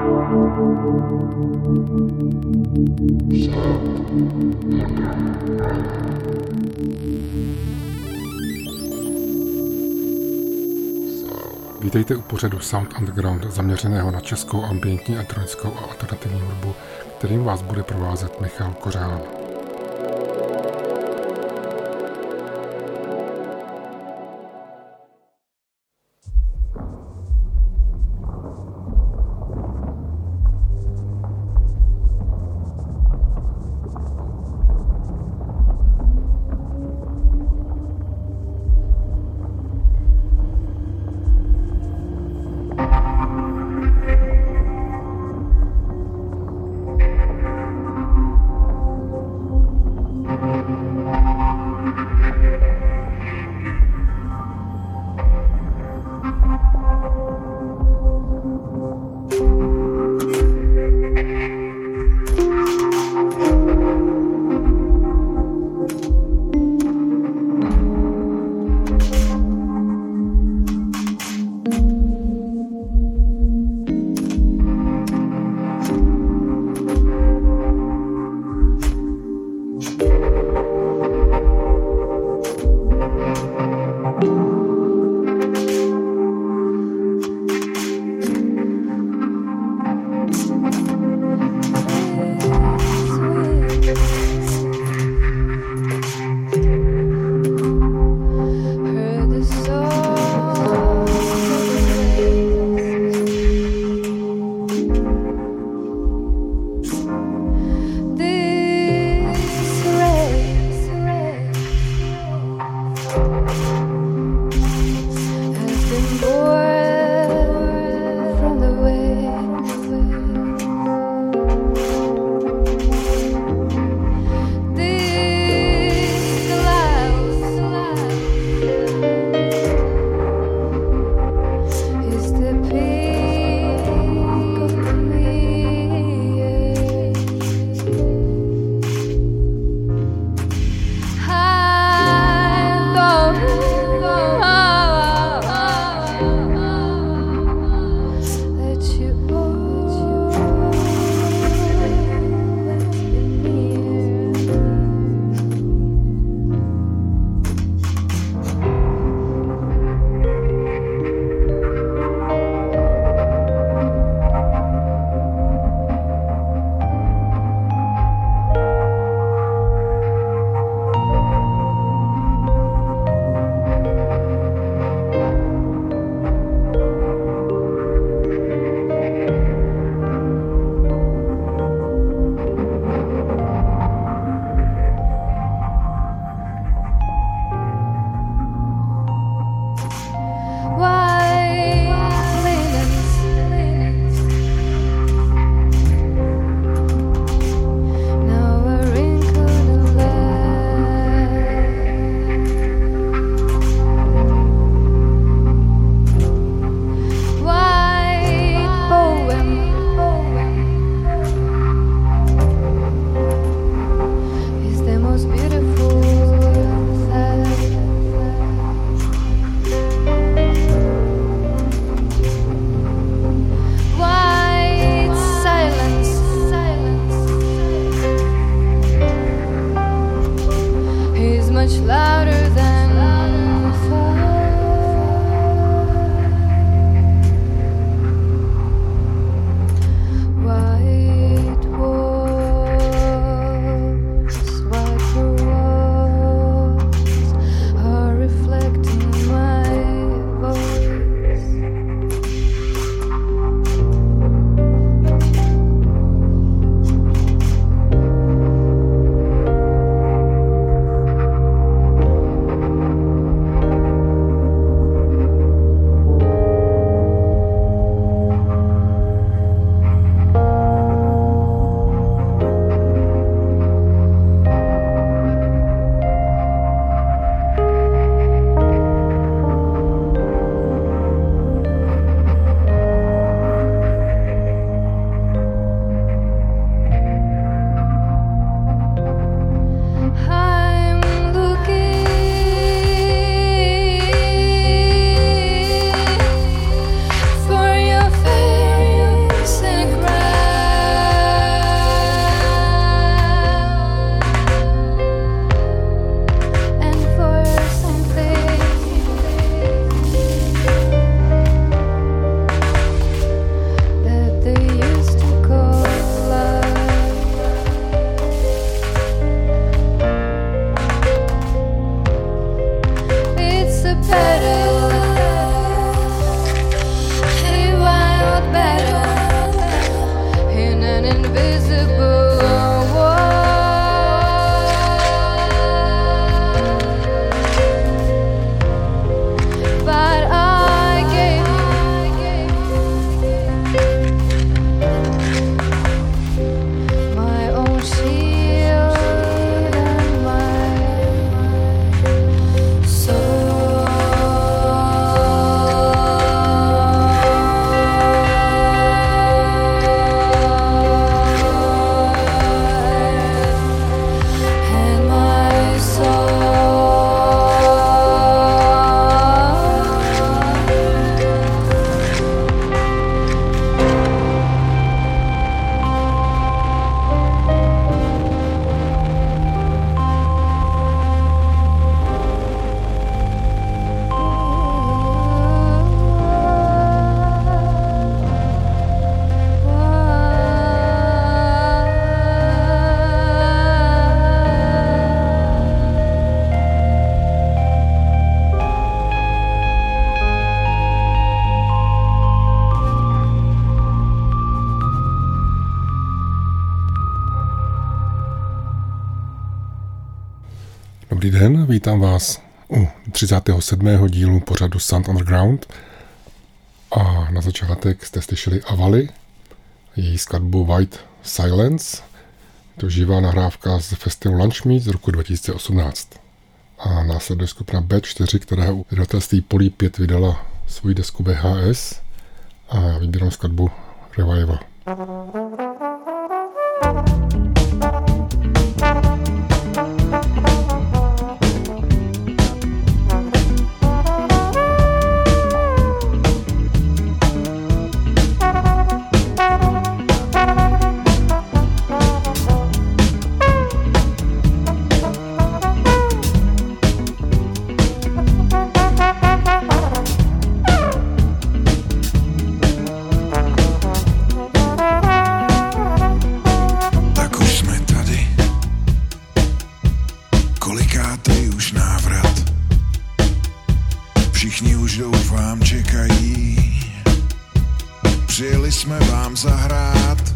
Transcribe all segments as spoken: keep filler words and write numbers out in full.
Vítejte u pořadu Sound Underground, zaměřeného na českou ambientní, elektronickou a alternativní hudbu, kterým vás bude provázet Michal Kořán. Oh Dobrý den, vítám vás u třicátého sedmého dílu pořadu Sound Underground. A na začátek jste slyšeli Avali, její skladbu White Silence, to živá nahrávka z festivalu Lunchmeet z roku dva tisíce osmnáct. A následuje skupina bé čtyři, která u vydavatelství Poly pět vydala svou desku bé há es a já vybírám skladbu Revival. Přijeli jsme vám zahrát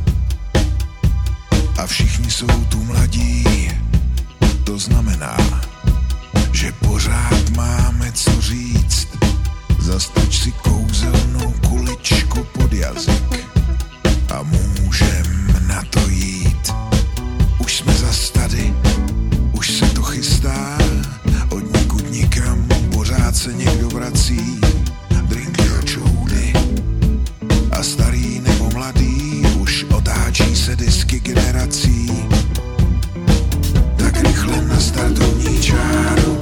a všichni jsou tu mladí. To znamená, že pořád máme co říct. Zastrč si kouzelnou kuličku pod jazyk a můžem na to jít. Už jsme zas tady, už se to chystá, od nikud nikam pořád se někdo vrací. Drinky a čoudy a starý nebo mladý, už otáčí se disky generací. Tak rychle na startovní čáru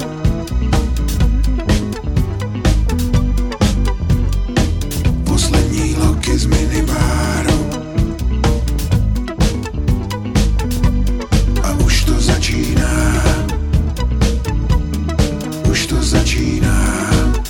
poslední loky z minibáru a už to začíná, už to začíná.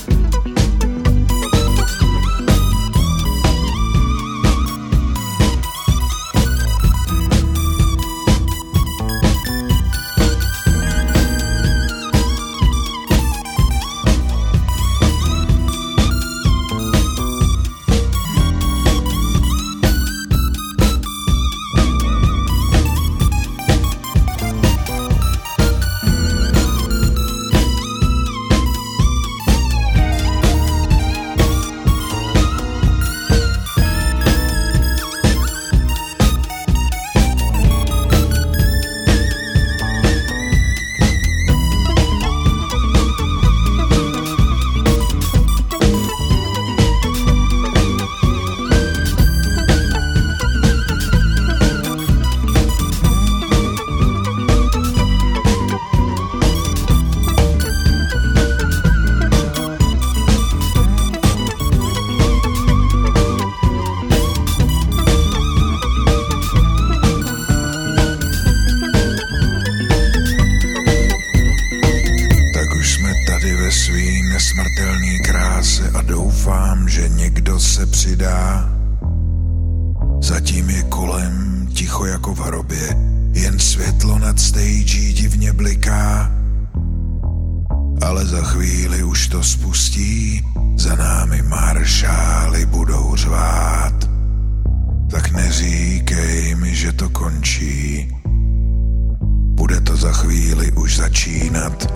Zatím je kolem ticho jako v hrobě, jen světlo nad stage divně bliká. Ale za chvíli už to spustí, za námi maršály budou řvát. Tak neříkej mi, že to končí, bude to za chvíli už začínat.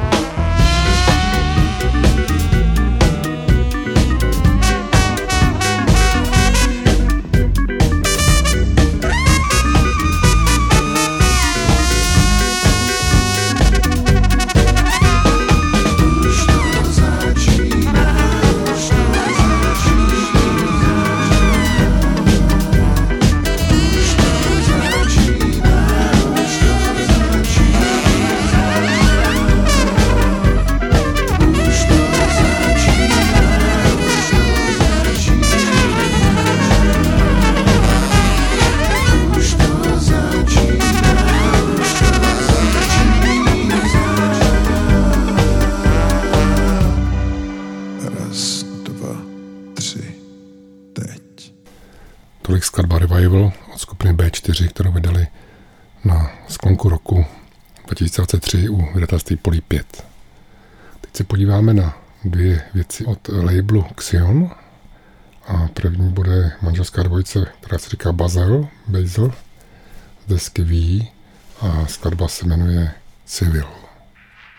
Tolik skladba Revival od skupiny bé čtyři, kterou vydali na sklonku roku dva tisíce dvacet tři u vydavatelství Poly pět. Teď se podíváme na dvě věci od labelu Xion. A první bude manželská dvojice, která se říká Bazel, Basil, z desky V a skladba se jmenuje Civil.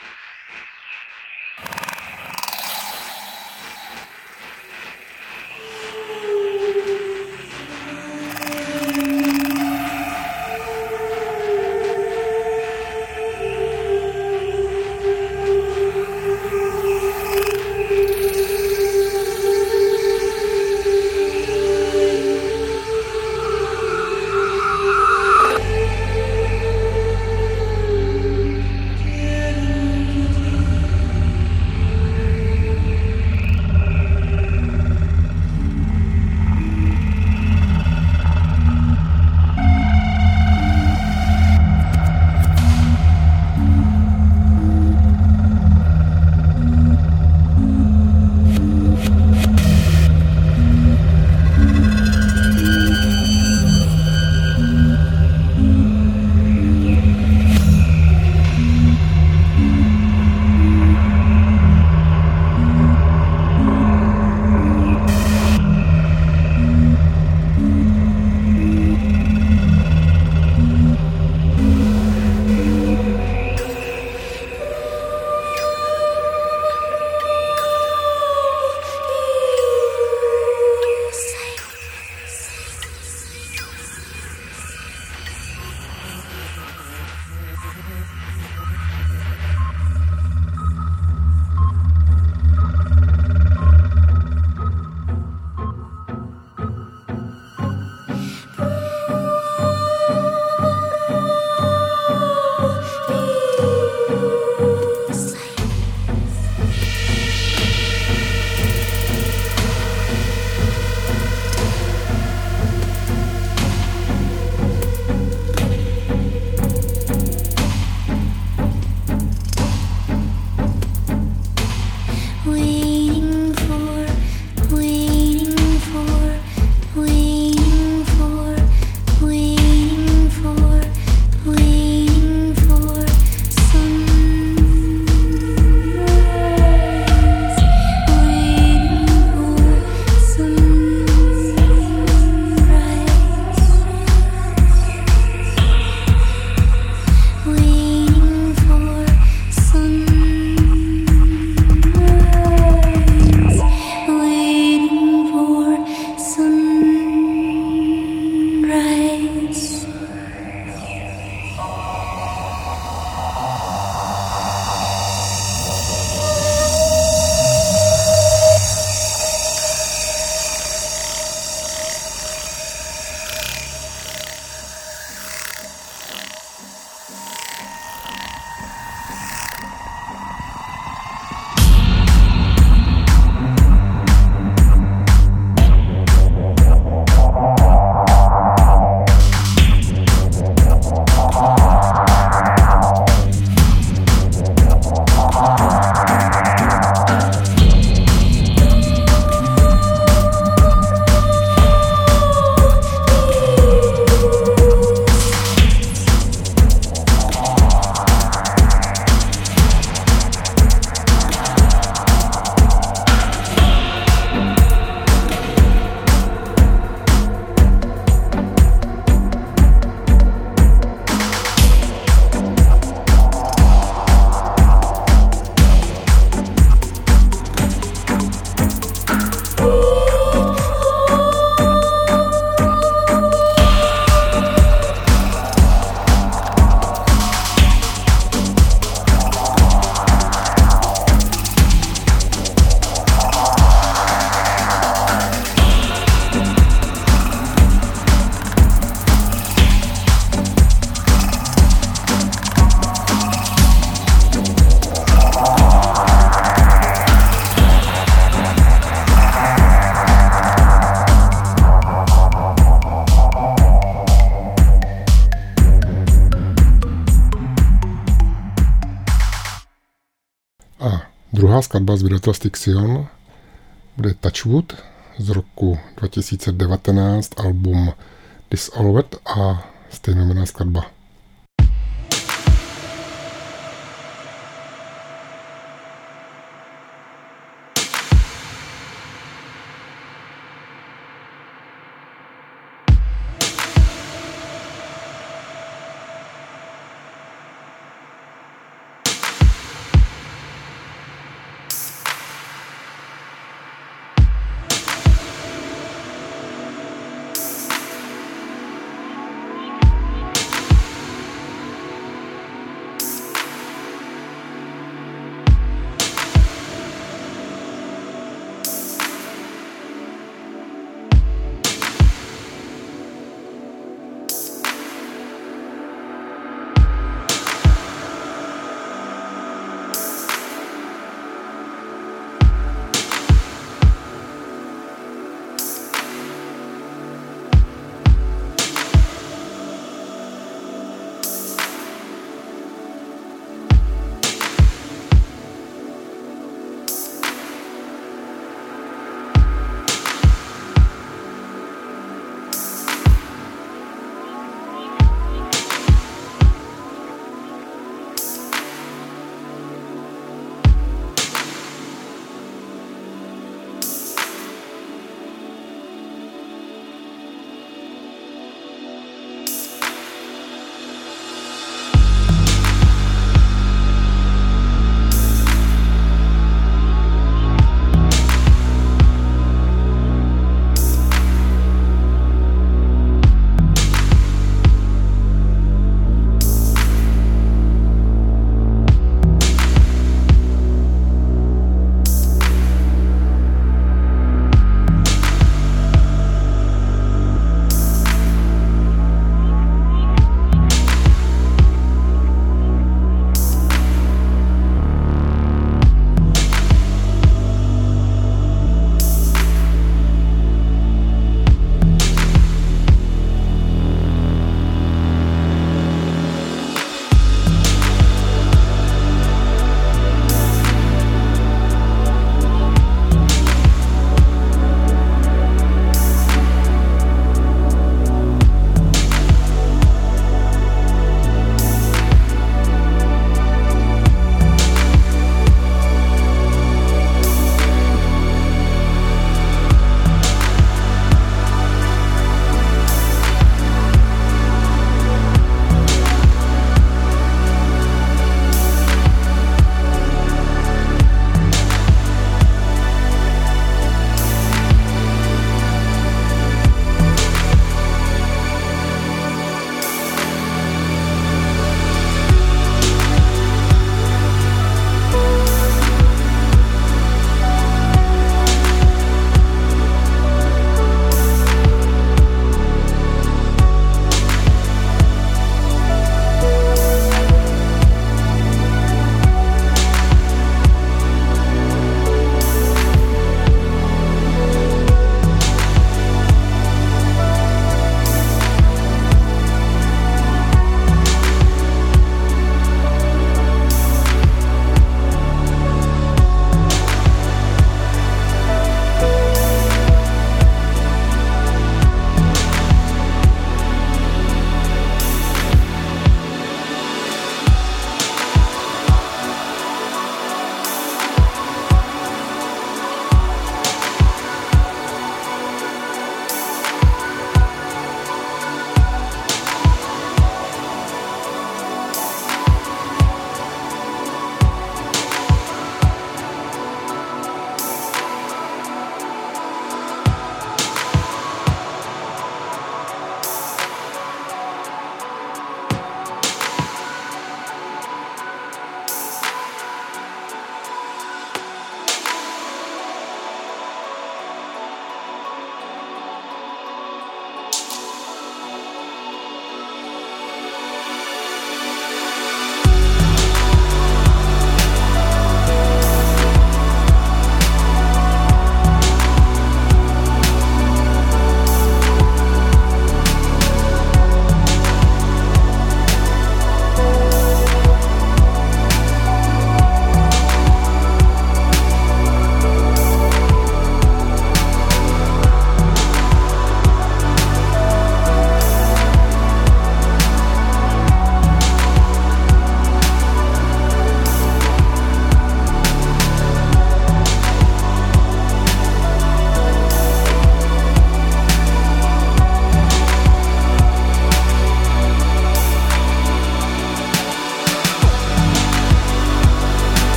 Druhá skladba z vydavatelství Xion bude Touchwood z roku dva tisíce devatenáct, album Dissolved a stejnojmenná skladba.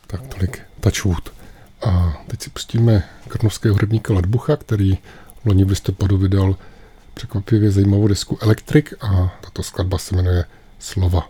Tak tolik Touchwood. A teď si pustíme krnovského hudebníka Ladbucha, který loni v listopadu vydal překvapivě zajímavou desku Electric a tato skladba se jmenuje Slova.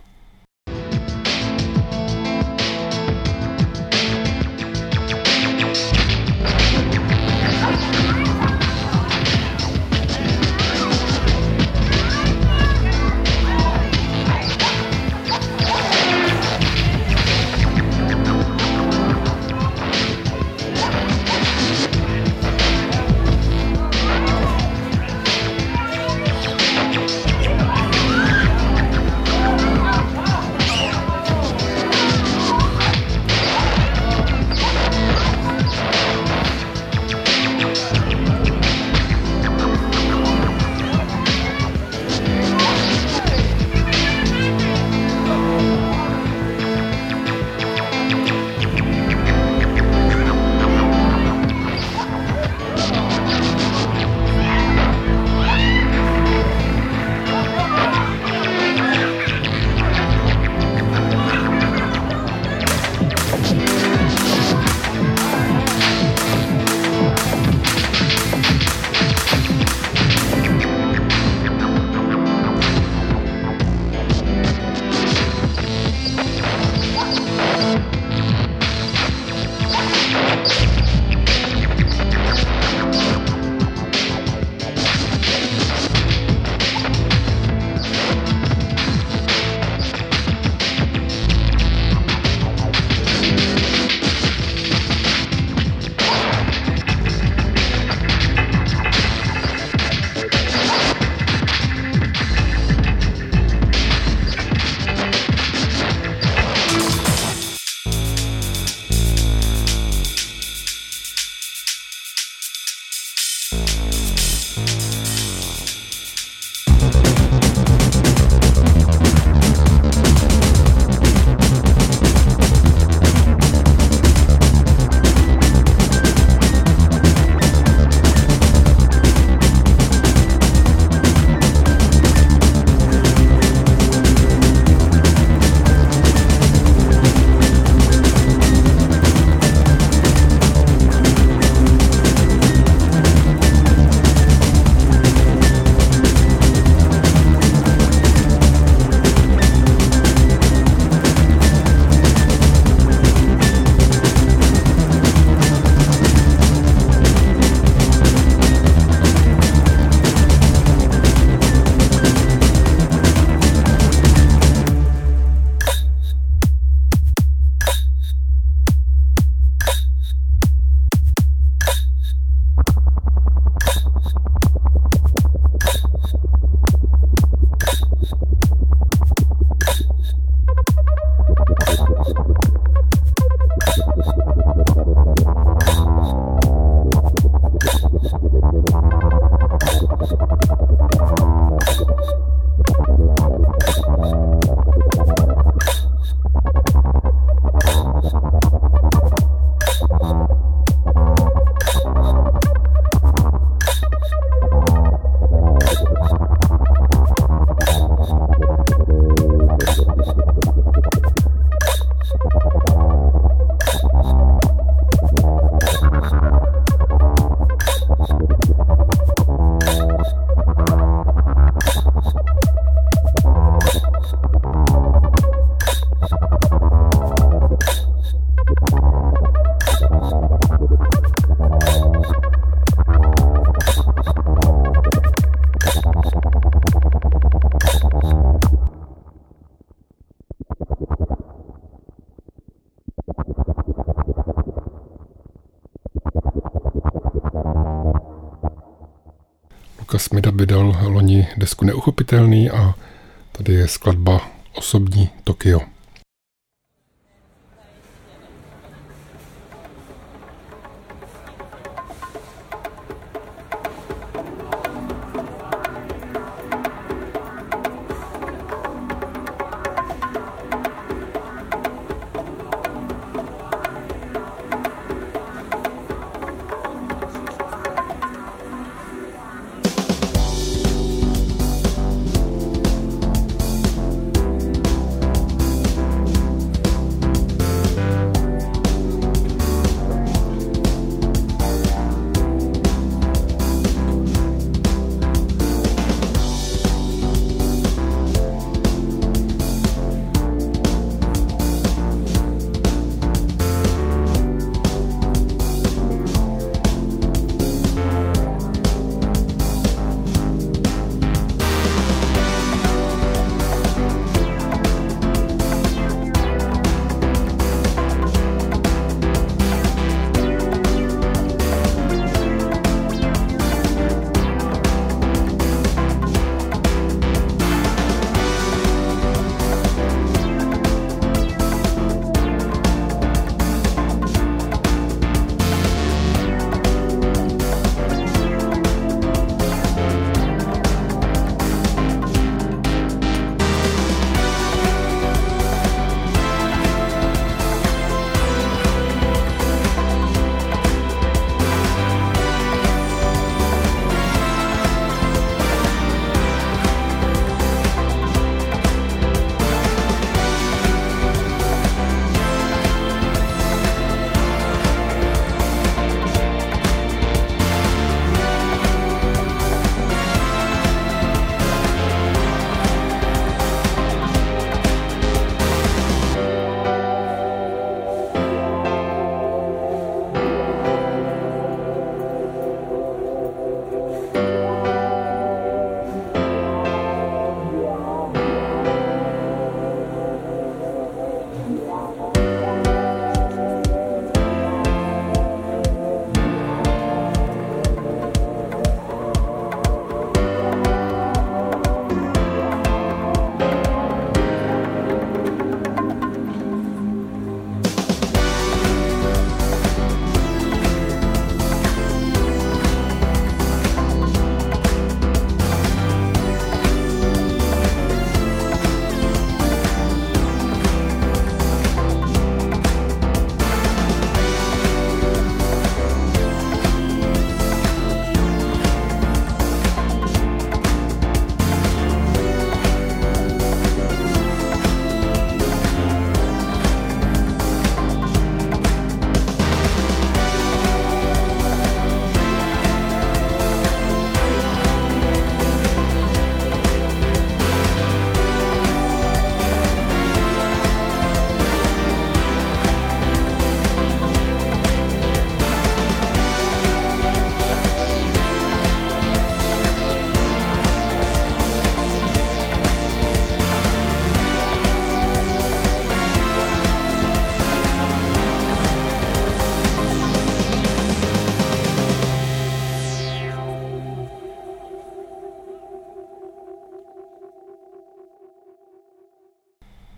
Lukas Mida vydal loni desku Neuchopitelný a tady je skladba Osobní Tokio.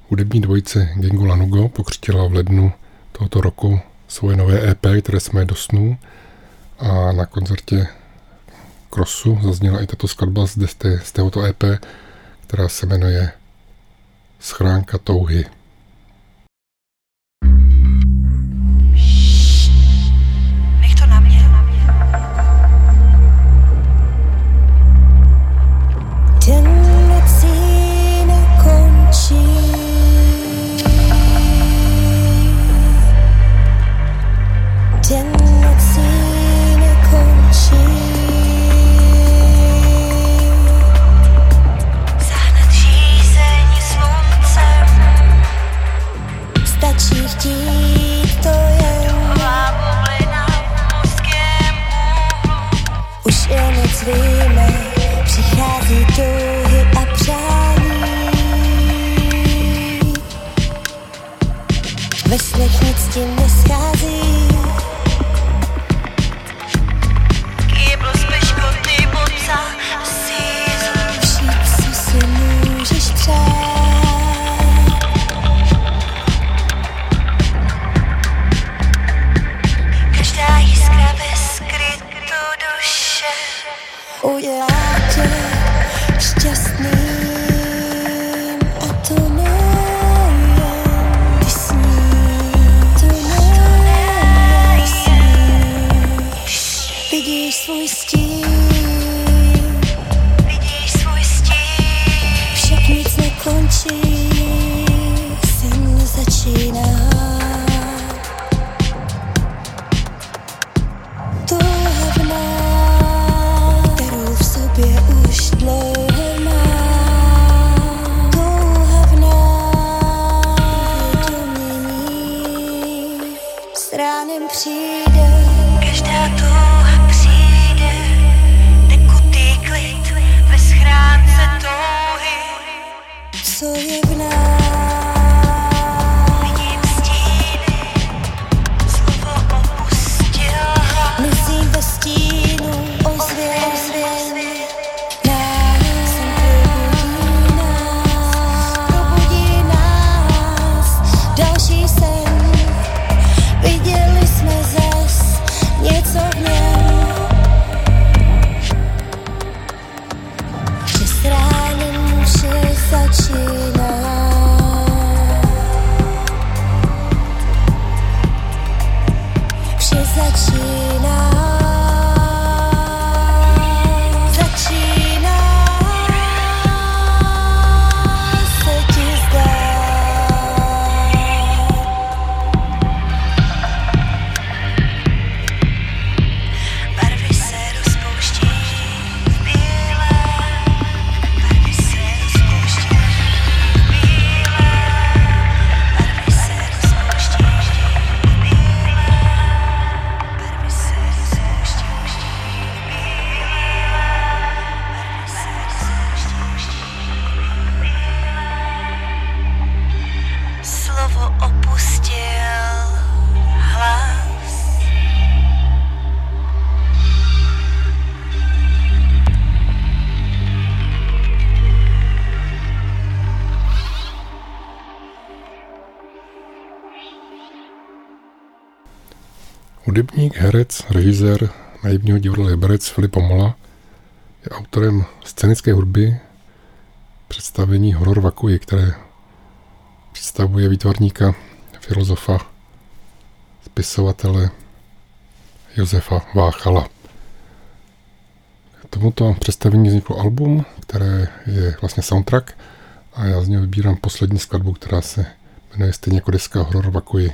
Hudební dvojice Gangu Lanugo pokřtila v lednu tohoto roku svoje nové E P, které jsme do snů, a na koncertě Crossu zazněla i tato skladba z, z tohoto E P, která se jmenuje Schránka touhy. Nech to na mě. Den nocí nekončí. Den nocí nekončí. Zahnat žízeň sluncem. Stačí chtít, to je hlavu plyna v úzkém úhlu. Už jen nic víme, přichází touhy a přání. Ve snech nic tím neschází. Kýbl z peškoty boca si zlepšit, co si můžeš přát. Každá jiskra ve skrytu duše udělá tě šťastným. A to nejen ty sní, to nejen sní. Vidíš svůj stín, vidíš svůj stín. Však nic nekončí, sen začíná. Touha v nás, kterou v sobě už dlouho mám. Touha v nás, uvědomění s ránem přijde. Každá touha přijde, tekutý klid ve schránce touhy. Co je v nás? Vidím stíny, slovo opustila. Mizím ve stínu, ozvěn, nás sem probudí nás, probudí nás. Další sen, viděli jsme zas něco v něm. Že s ránem vše začíná. Vše začíná. Začíná se ti zdát. Barvy se rozpouští v bílé. Barvy se rozpouští v bílé. Barvy se rozpouští v bílé. Barvy se rozpouští v bílé. Barvy se rozpouští v bílé. Slovo opustil hlas. Hudebník, herec, režisér naivního divadla Liberec Filip Homola je autorem scénické hudby představení Horor Vakuji, které představuje výtvarníka, filozofa, spisovatele Josefa Váchala. K tomuto představení vzniklo album, které je vlastně soundtrack, a já z něho vybírám poslední skladbu, která se jmenuje stejně jako deska Horor Vakuji.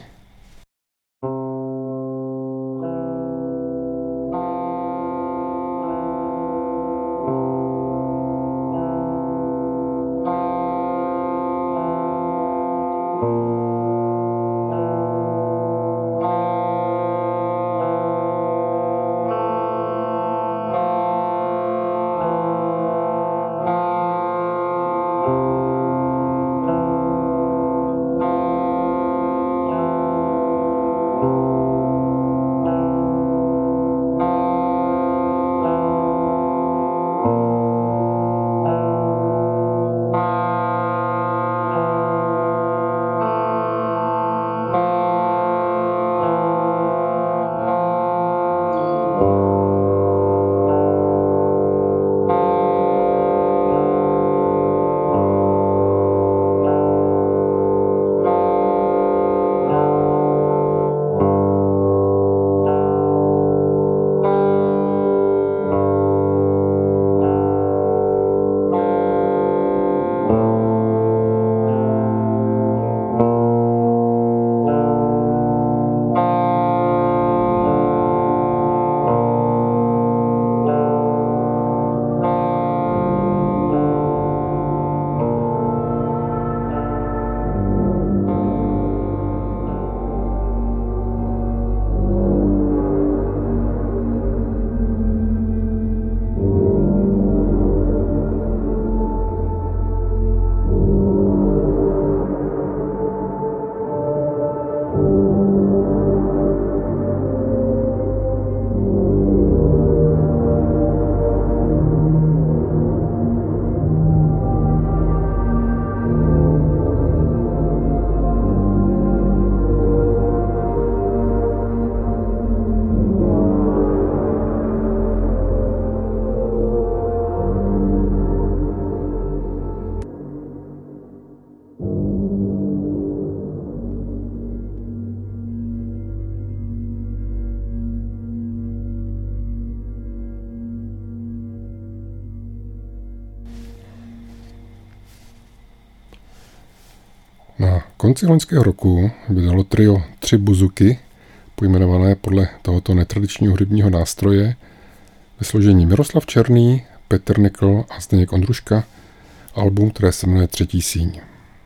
konci loňského roku vydalo trio Tři buzuky, pojmenované podle tohoto netradičního hudebního nástroje, ve složení Miroslav Černý, Petr Nikl a Zdeněk Ondruška, album, které se jmenuje Třetí síň.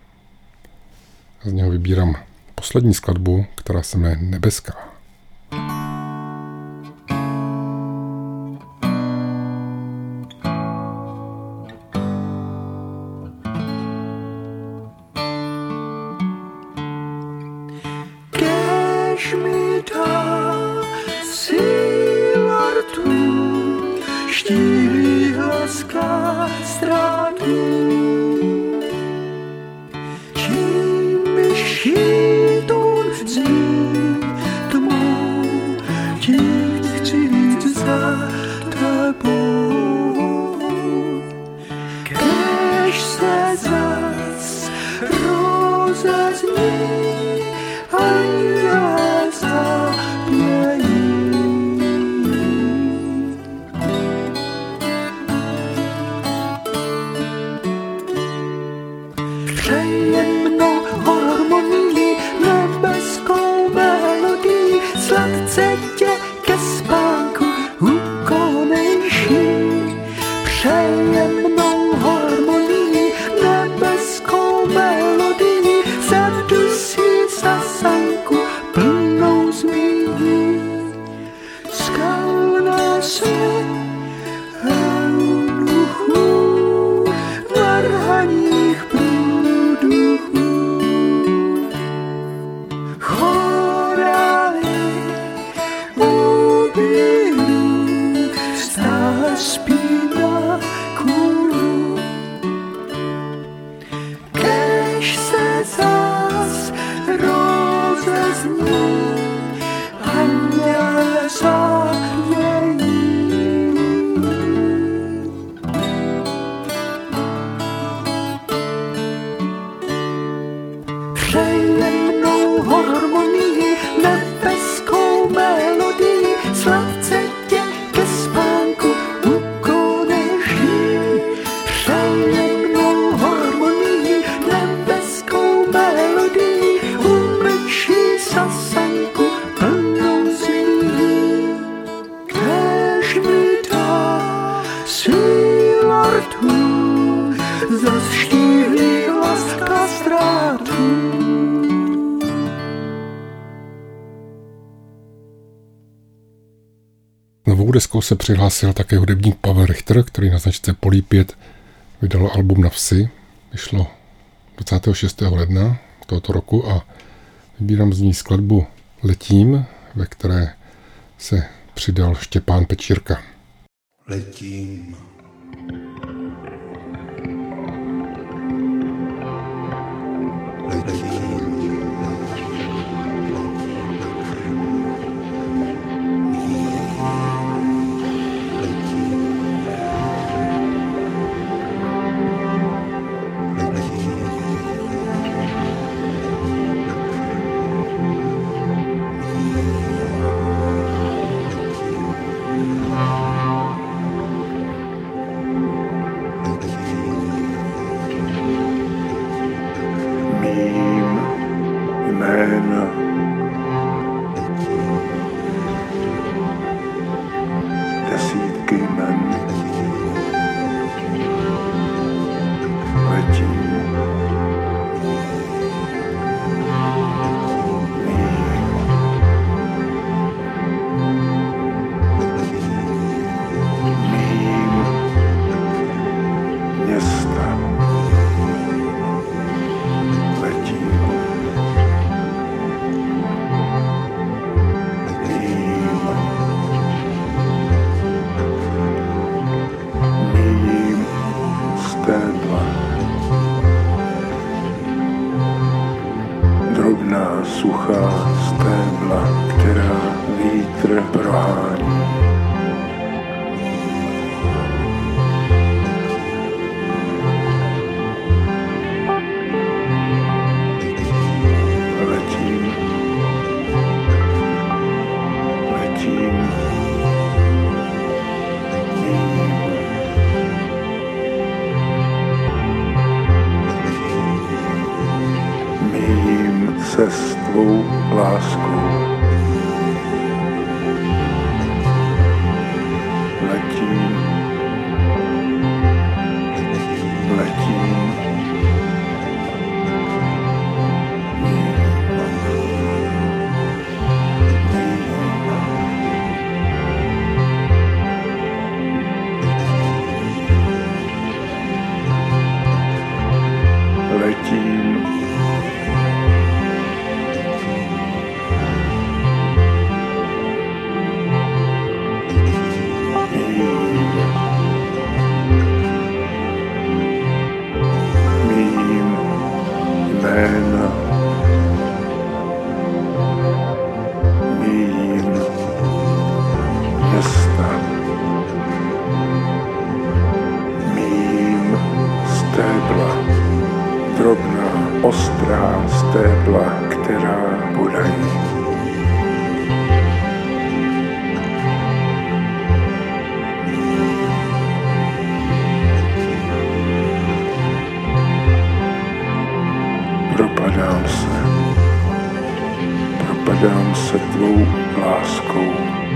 Z něho vybírám poslední skladbu, která se jmenuje Nebeská. Novou deskou se přihlásil také hudebník Pavel Richter, který na značce Polí pět vydal album Na vsi. Vyšlo dvacátého šestého ledna tohoto roku a vybírám z ní skladbu Letím, ve které se přidal Štěpán Pečírka. Letím. Letím. Me se s tvou láskou. Letím, letím, letím, mým jména, mým města, mým stébla, drobná, ostrá stébla, která bodají. Propadám se, propadám se tvou láskou.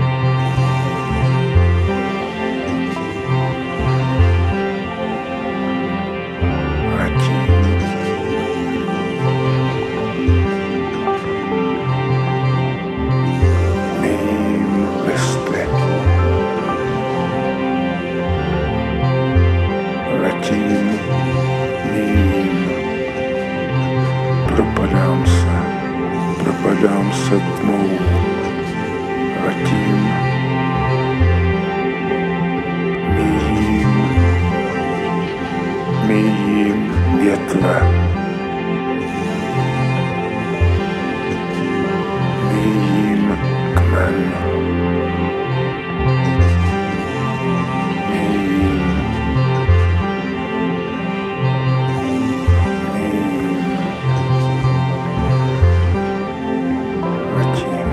Letím, mým listy. Letím, mým. Propadám se, propadám se tmou. Letím, míjím, míjím větve. Míjím kmen. Míjím, míjím. Letím,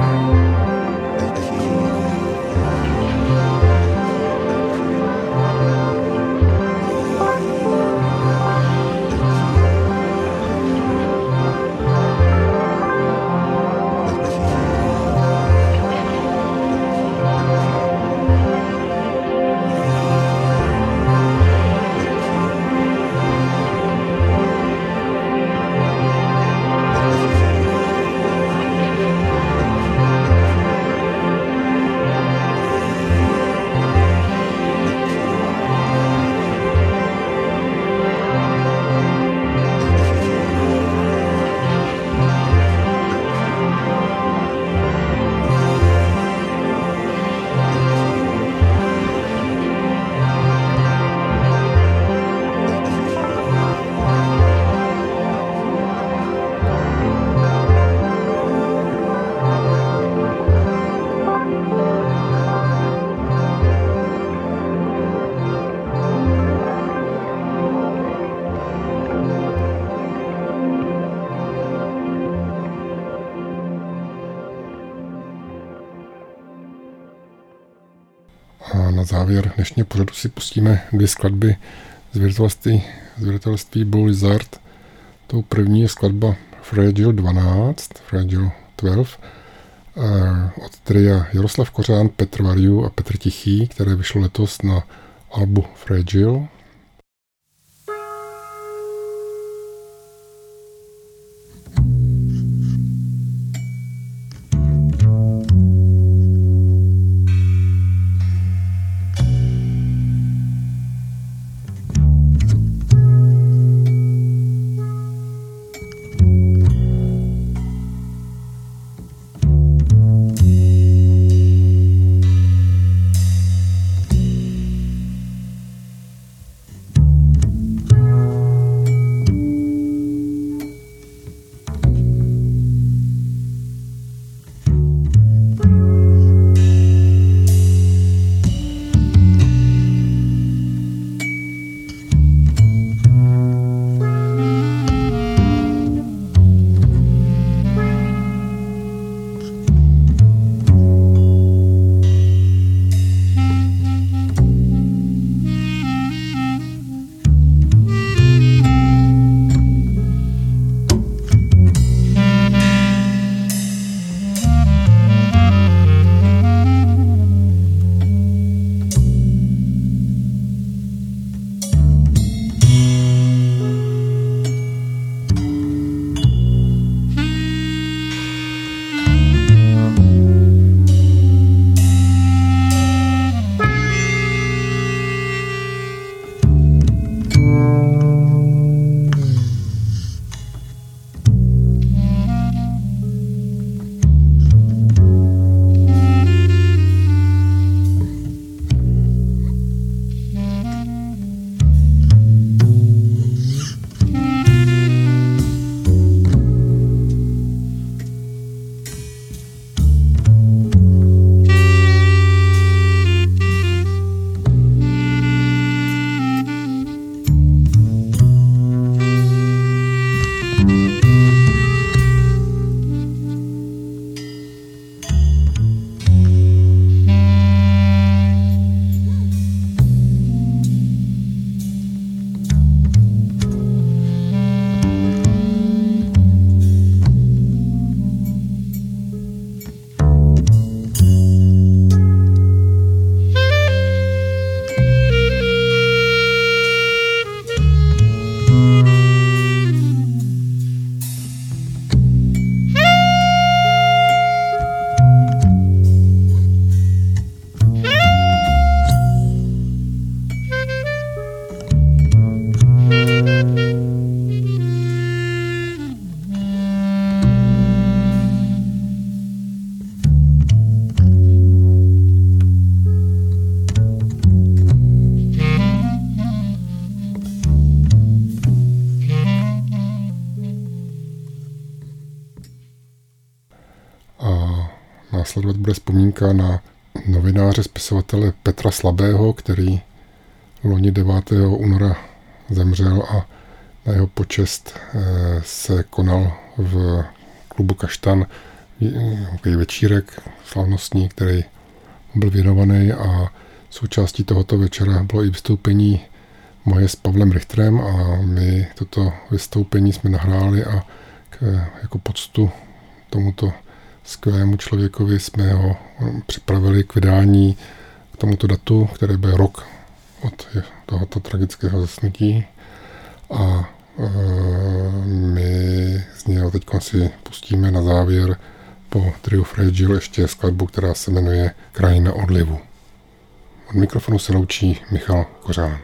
A na závěr dnešního pořadu si pustíme dvě skladby z vydavatelství, z vydavatelství Blue Lizard. Tou první je skladba Fragile dvanáct, Fragile dvanáct, od tria Jaroslav Kořán, Petr Variu a Petr Tichý, které vyšlo letos na albu Fragile. následovat bude vzpomínka na novináře, spisovatele Petra Slabého, který loni devátého února zemřel a na jeho počest se konal v klubu Kaštan večírek slavnostní, který byl věnovaný, a součástí tohoto večera bylo i vystoupení moje s Pavlem Richterem a my toto vystoupení jsme nahráli a k, jako poctu tomuto skvělému člověkovi jsme ho připravili k vydání k tomuto datu, které bude rok od tohoto tragického zasnutí, a e, my z něho teď si pustíme na závěr po Triu Fragile ještě skladbu, která se jmenuje Krajina odlivu. Od mikrofonu se loučí Michal Kořán.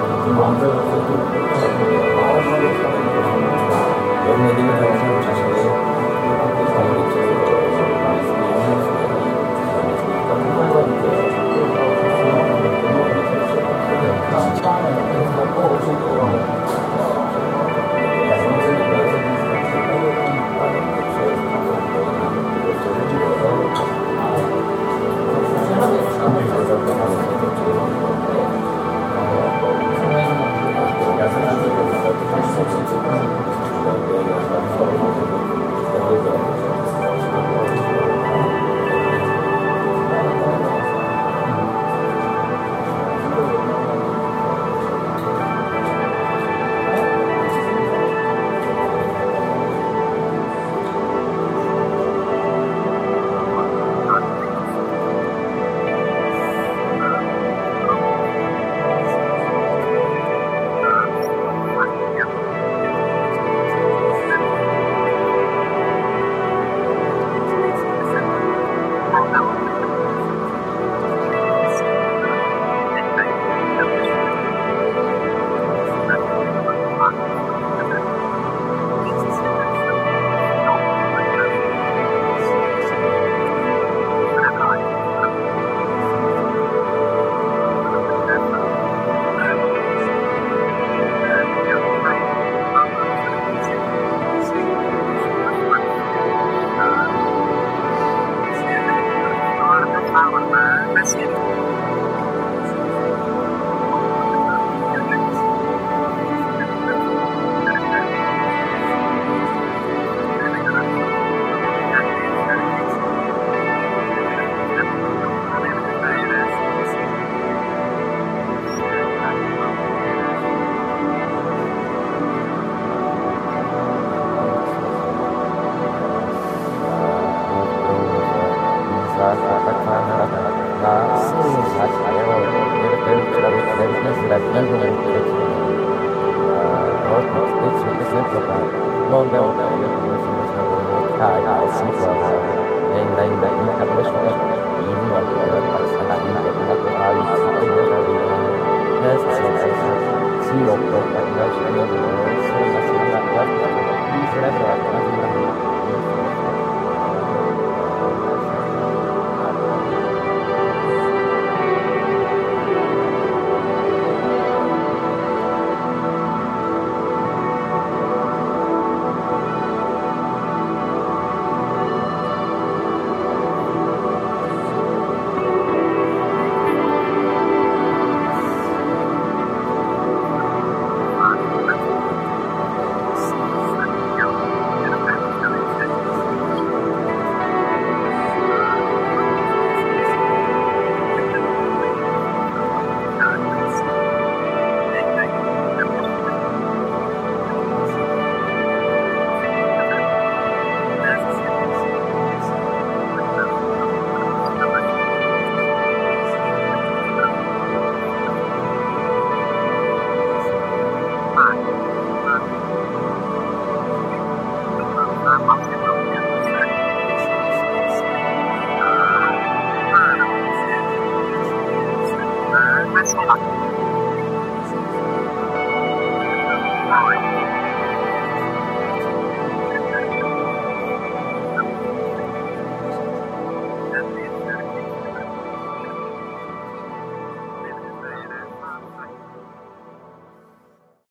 Maybe Bye.